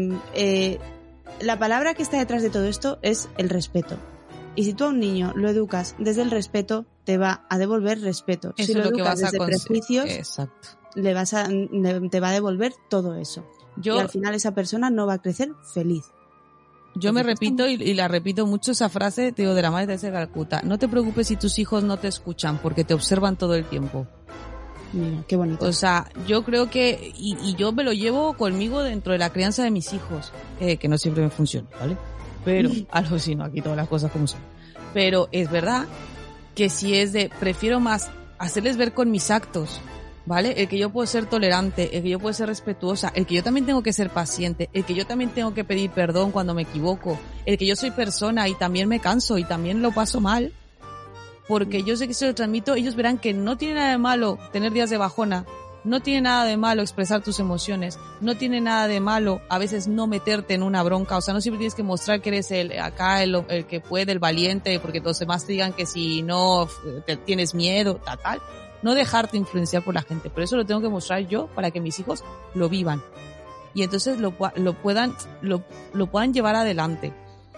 la palabra que está detrás de todo esto es el respeto. Y si tú a un niño lo educas desde el respeto, te va a devolver respeto. Eso si lo es lo que educas vas desde prejuicios, exacto, te va a devolver todo eso. Y al final esa persona no va a crecer feliz. Yo me repito y la repito mucho esa frase, te digo, de la madre Teresa de Calcuta. No te preocupes si tus hijos no te escuchan, porque te observan todo el tiempo. Mira, qué bonito. O sea, yo creo que, y yo me lo llevo conmigo dentro de la crianza de mis hijos, que no siempre me funciona, ¿vale? Pero, algo sí, no, aquí todas las cosas como son. Pero es verdad que si es prefiero más hacerles ver con mis actos, ¿vale? El que yo puedo ser tolerante, el que yo puedo ser respetuosa, el que yo también tengo que ser paciente, el que yo también tengo que pedir perdón cuando me equivoco, el que yo soy persona y también me canso y también lo paso mal, porque yo sé que se lo transmito, ellos verán que no tiene nada de malo tener días de bajona, no tiene nada de malo expresar tus emociones, no tiene nada de malo a veces no meterte en una bronca, o sea, no siempre tienes que mostrar que eres el que puede, el valiente, porque los demás te digan que si no tienes miedo, tal. No dejarte influenciar por la gente, pero eso lo tengo que mostrar yo para que mis hijos lo vivan y entonces lo puedan llevar adelante.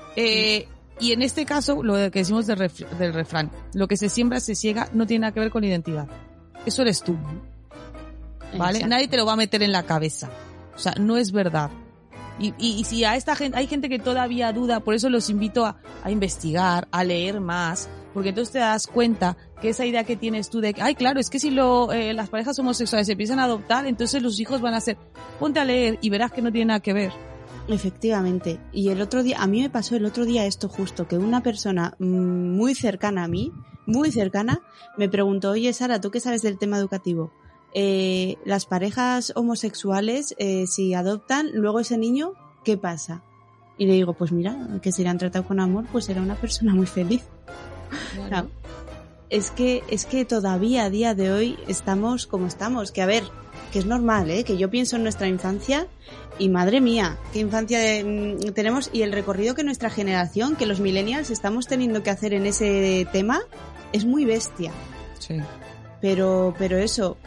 Y en este caso, lo que decimos del refrán, lo que se siembra se ciega, no tiene nada que ver con identidad. Eso eres tú, ¿vale? Exacto. Nadie te lo va a meter en la cabeza. O sea, no es verdad. Y si a esta gente, hay gente que todavía duda, por eso los invito a investigar, a leer más, porque entonces te das cuenta que esa idea que tienes tú de que, ay, claro, es que si las parejas homosexuales se empiezan a adoptar, entonces los hijos van a ser, ponte a leer y verás que no tiene nada que ver. Efectivamente. Y el otro día, a mí me pasó el otro día esto justo, que una persona muy cercana a mí, muy cercana, me preguntó, oye, Sara, ¿tú qué sabes del tema educativo? Las parejas homosexuales, si adoptan, luego ese niño, ¿qué pasa? Y le digo, pues mira, que si le han tratado con amor, pues será una persona muy feliz. Bueno. No. Es que todavía a día de hoy estamos como estamos, que a ver, que es normal, que yo pienso en nuestra infancia y madre mía, qué infancia tenemos y el recorrido que nuestra generación, que los millennials estamos teniendo que hacer en ese tema, es muy bestia. Sí. Pero eso,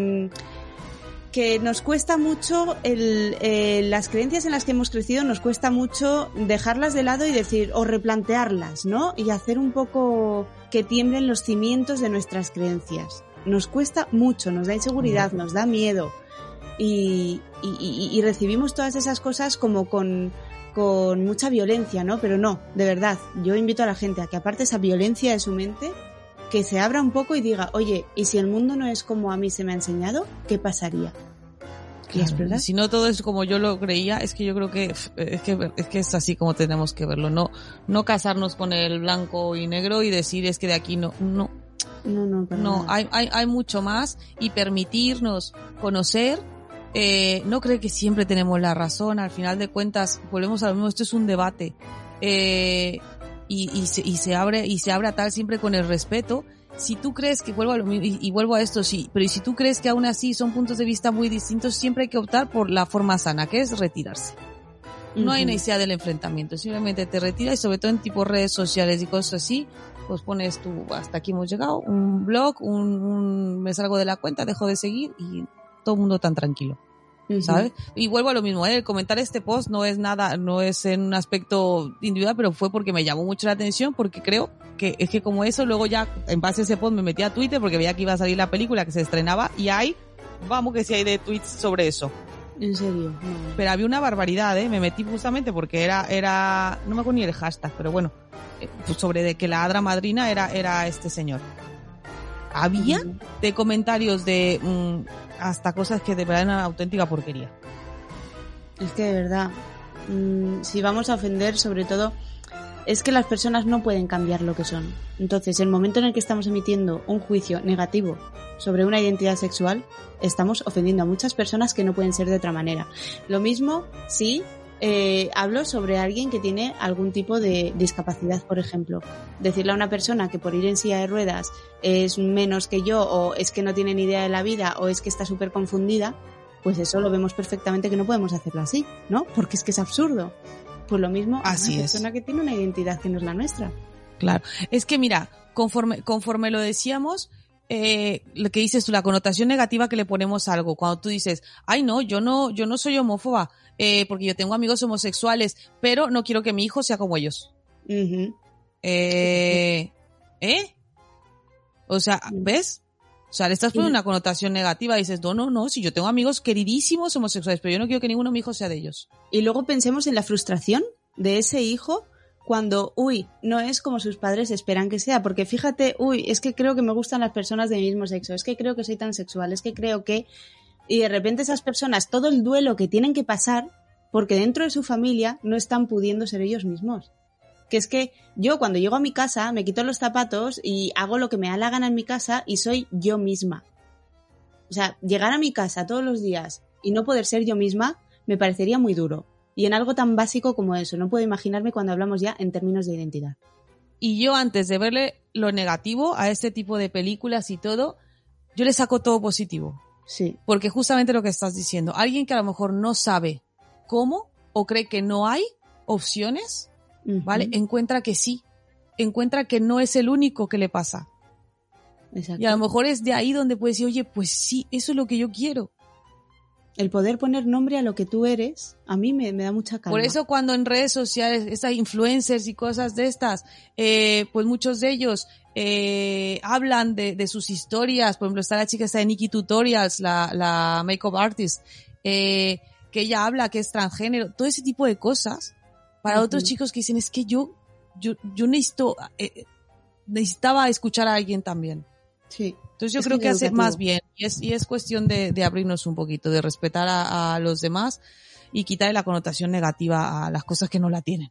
que nos cuesta mucho las creencias en las que hemos crecido, nos cuesta mucho dejarlas de lado y decir, o replantearlas, ¿no? Y hacer un poco que tiemblen los cimientos de nuestras creencias. Nos cuesta mucho, nos da inseguridad, nos da miedo y recibimos todas esas cosas como con mucha violencia, ¿no? Pero no, de verdad, yo invito a la gente a que aparte esa violencia de su mente, que se abra un poco y diga, oye, ¿y si el mundo no es como a mí se me ha enseñado? ¿Qué pasaría? y explorar. Si no todo es como yo lo creía, es que yo creo que es así como tenemos que verlo. No casarnos con el blanco y negro y decir es que de aquí no, hay mucho más, y permitirnos conocer. No creo que siempre tenemos la razón. Al final de cuentas volvemos a lo mismo. Esto es un debate, y se abre a tal, siempre con el respeto. Si tú crees que vuelvo a lo mismo, y vuelvo a esto, sí, pero si tú crees que aún así son puntos de vista muy distintos, siempre hay que optar por la forma sana, que es retirarse. No hay necesidad del enfrentamiento, simplemente te retiras, y sobre todo en tipo redes sociales y cosas así, pues pones tú, hasta aquí hemos llegado, un blog, me salgo de la cuenta, dejo de seguir, y todo el mundo tan tranquilo. ¿Sabes? Y vuelvo a lo mismo, el comentar este post no es en un aspecto individual, pero fue porque me llamó mucho la atención, porque creo que es que como eso, luego ya en base a ese post me metí a Twitter porque veía que iba a salir la película que se estrenaba, y hay que hay de tweets sobre eso. ¿En serio? No. Pero había una barbaridad, me metí justamente porque era no me acuerdo ni el hashtag, pero bueno, pues sobre de que la hadra madrina era este señor. Había de comentarios de hasta cosas que de verdad eran una auténtica porquería. Es que de verdad, si vamos a ofender, sobre todo, es que las personas no pueden cambiar lo que son. Entonces, el momento en el que estamos emitiendo un juicio negativo sobre una identidad sexual, estamos ofendiendo a muchas personas que no pueden ser de otra manera. Lo mismo si hablo sobre alguien que tiene algún tipo de discapacidad, por ejemplo. Decirle a una persona que por ir en silla de ruedas es menos que yo, o es que no tiene ni idea de la vida, o es que está súper confundida, pues eso lo vemos perfectamente que no podemos hacerlo así, ¿no? Porque es que es absurdo. Pues lo mismo a una persona que tiene una identidad que no es la nuestra. Claro. Es que mira, conforme lo decíamos, lo que dices tú, la connotación negativa que le ponemos a algo, cuando tú dices, ay no, yo no soy homófoba, porque yo tengo amigos homosexuales, pero no quiero que mi hijo sea como ellos. O sea, ¿ves? O sea, le estás poniendo una connotación negativa y dices, no, si yo tengo amigos queridísimos homosexuales, pero yo no quiero que ninguno de mis hijos sea de ellos. Y luego pensemos en la frustración de ese hijo cuando, no es como sus padres esperan que sea, porque fíjate, es que creo que me gustan las personas del mismo sexo, es que creo que soy transexual, es que creo que... Y de repente esas personas, todo el duelo que tienen que pasar, porque dentro de su familia no están pudiendo ser ellos mismos. Que es que yo cuando llego a mi casa me quito los zapatos y hago lo que me da la gana en mi casa y soy yo misma. O sea, llegar a mi casa todos los días y no poder ser yo misma me parecería muy duro. Y en algo tan básico como eso, no puedo imaginarme cuando hablamos ya en términos de identidad. Y yo antes de verle lo negativo a este tipo de películas y todo, yo le saco todo positivo. Sí. Porque justamente lo que estás diciendo, alguien que a lo mejor no sabe cómo o cree que no hay opciones, ¿vale? Encuentra que sí, encuentra que no es el único que le pasa. Exacto. Y a lo mejor es de ahí donde puedes decir, oye, pues sí, eso es lo que yo quiero. El poder poner nombre a lo que tú eres, a mí me da mucha calma. Por eso cuando en redes sociales, estas influencers y cosas de estas, pues muchos de ellos hablan de sus historias. Por ejemplo, está la chica esta de Nikki Tutorials, la make-up artist, que ella habla que es transgénero, todo ese tipo de cosas. Para otros chicos que dicen, es que yo necesitaba escuchar a alguien también. Sí. Entonces yo creo que hace más bien, y es cuestión de abrirnos un poquito, de respetar a los demás y quitarle la connotación negativa a las cosas que no la tienen.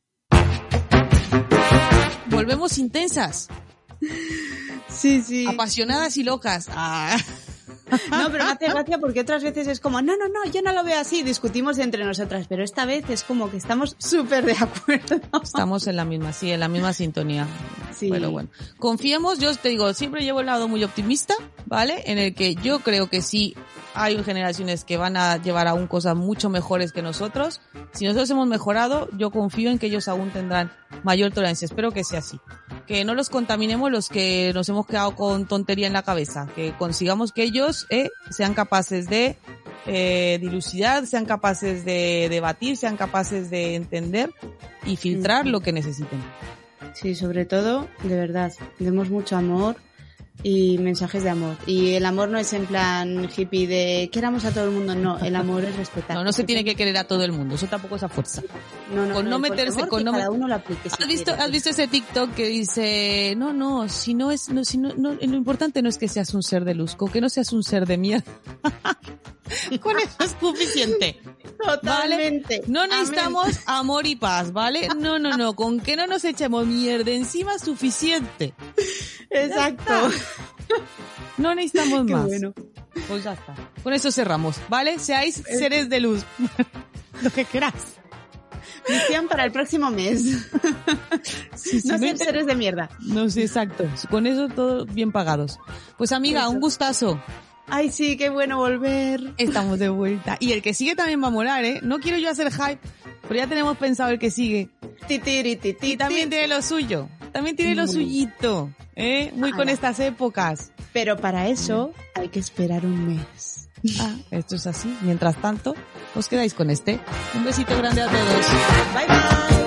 Volvemos intensas. Sí. Apasionadas y locas. No, pero me hace gracia porque otras veces es como, no, yo no lo veo así, discutimos entre nosotras, pero esta vez es como que estamos súper de acuerdo. Estamos en la misma sintonía. Sí. Pero bueno, confiemos, yo te digo, siempre llevo el lado muy optimista, ¿vale? En el que yo creo que sí hay generaciones que van a llevar aún cosas mucho mejores que nosotros. Si nosotros hemos mejorado, yo confío en que ellos aún tendrán mayor tolerancia. Espero que sea así. Que no los contaminemos los que nos hemos quedado con tontería en la cabeza. Que consigamos que ellos sean capaces de dilucidar, sean capaces de debatir, sean capaces de entender y filtrar lo que necesiten. Sí, sobre todo, de verdad, demos mucho amor y mensajes de amor. Y el amor no es en plan hippie de queramos a todo el mundo, no, el amor es respetar. No se tiene que querer a todo el mundo, eso tampoco es a fuerza. Con no meterse, con cada uno lo aplique. ¿Has visto ese TikTok que dice, lo importante no es que seas un ser de luz, con que no seas un ser de mierda? Con eso es suficiente. Totalmente. ¿Vale? No necesitamos amor y paz, ¿vale? No. Con que no nos echemos mierda encima es suficiente. Exacto. No necesitamos Qué más. bueno. Pues ya está. Con eso cerramos, ¿vale? Seáis seres de luz. Lo que queráis. Misión para el próximo mes. No ser seres de mierda. No sé, exacto. Con eso todo bien pagados. Pues amiga, Eso. un gustazo. Ay, sí, qué bueno volver. Estamos de vuelta. Y el que sigue también va a molar, ¿eh? No quiero yo hacer hype, pero ya tenemos pensado el que sigue. Y también tiene lo suyo. También tiene lo suyito, ¿eh? Muy con estas épocas. Pero para eso hay que esperar un mes. Esto es así. Mientras tanto, os quedáis con este. Un besito grande a todos. Bye, bye.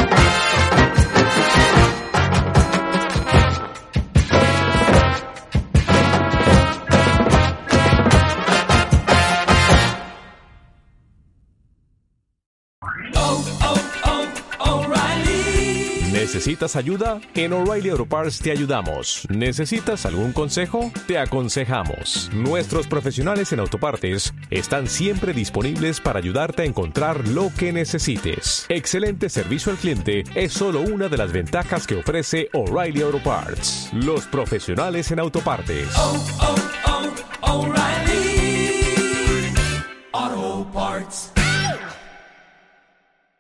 ¿Necesitas ayuda? En O'Reilly Auto Parts te ayudamos. ¿Necesitas algún consejo? Te aconsejamos. Nuestros profesionales en autopartes están siempre disponibles para ayudarte a encontrar lo que necesites. Excelente servicio al cliente es solo una de las ventajas que ofrece O'Reilly Auto Parts. Los profesionales en autopartes. O'Reilly Auto Parts.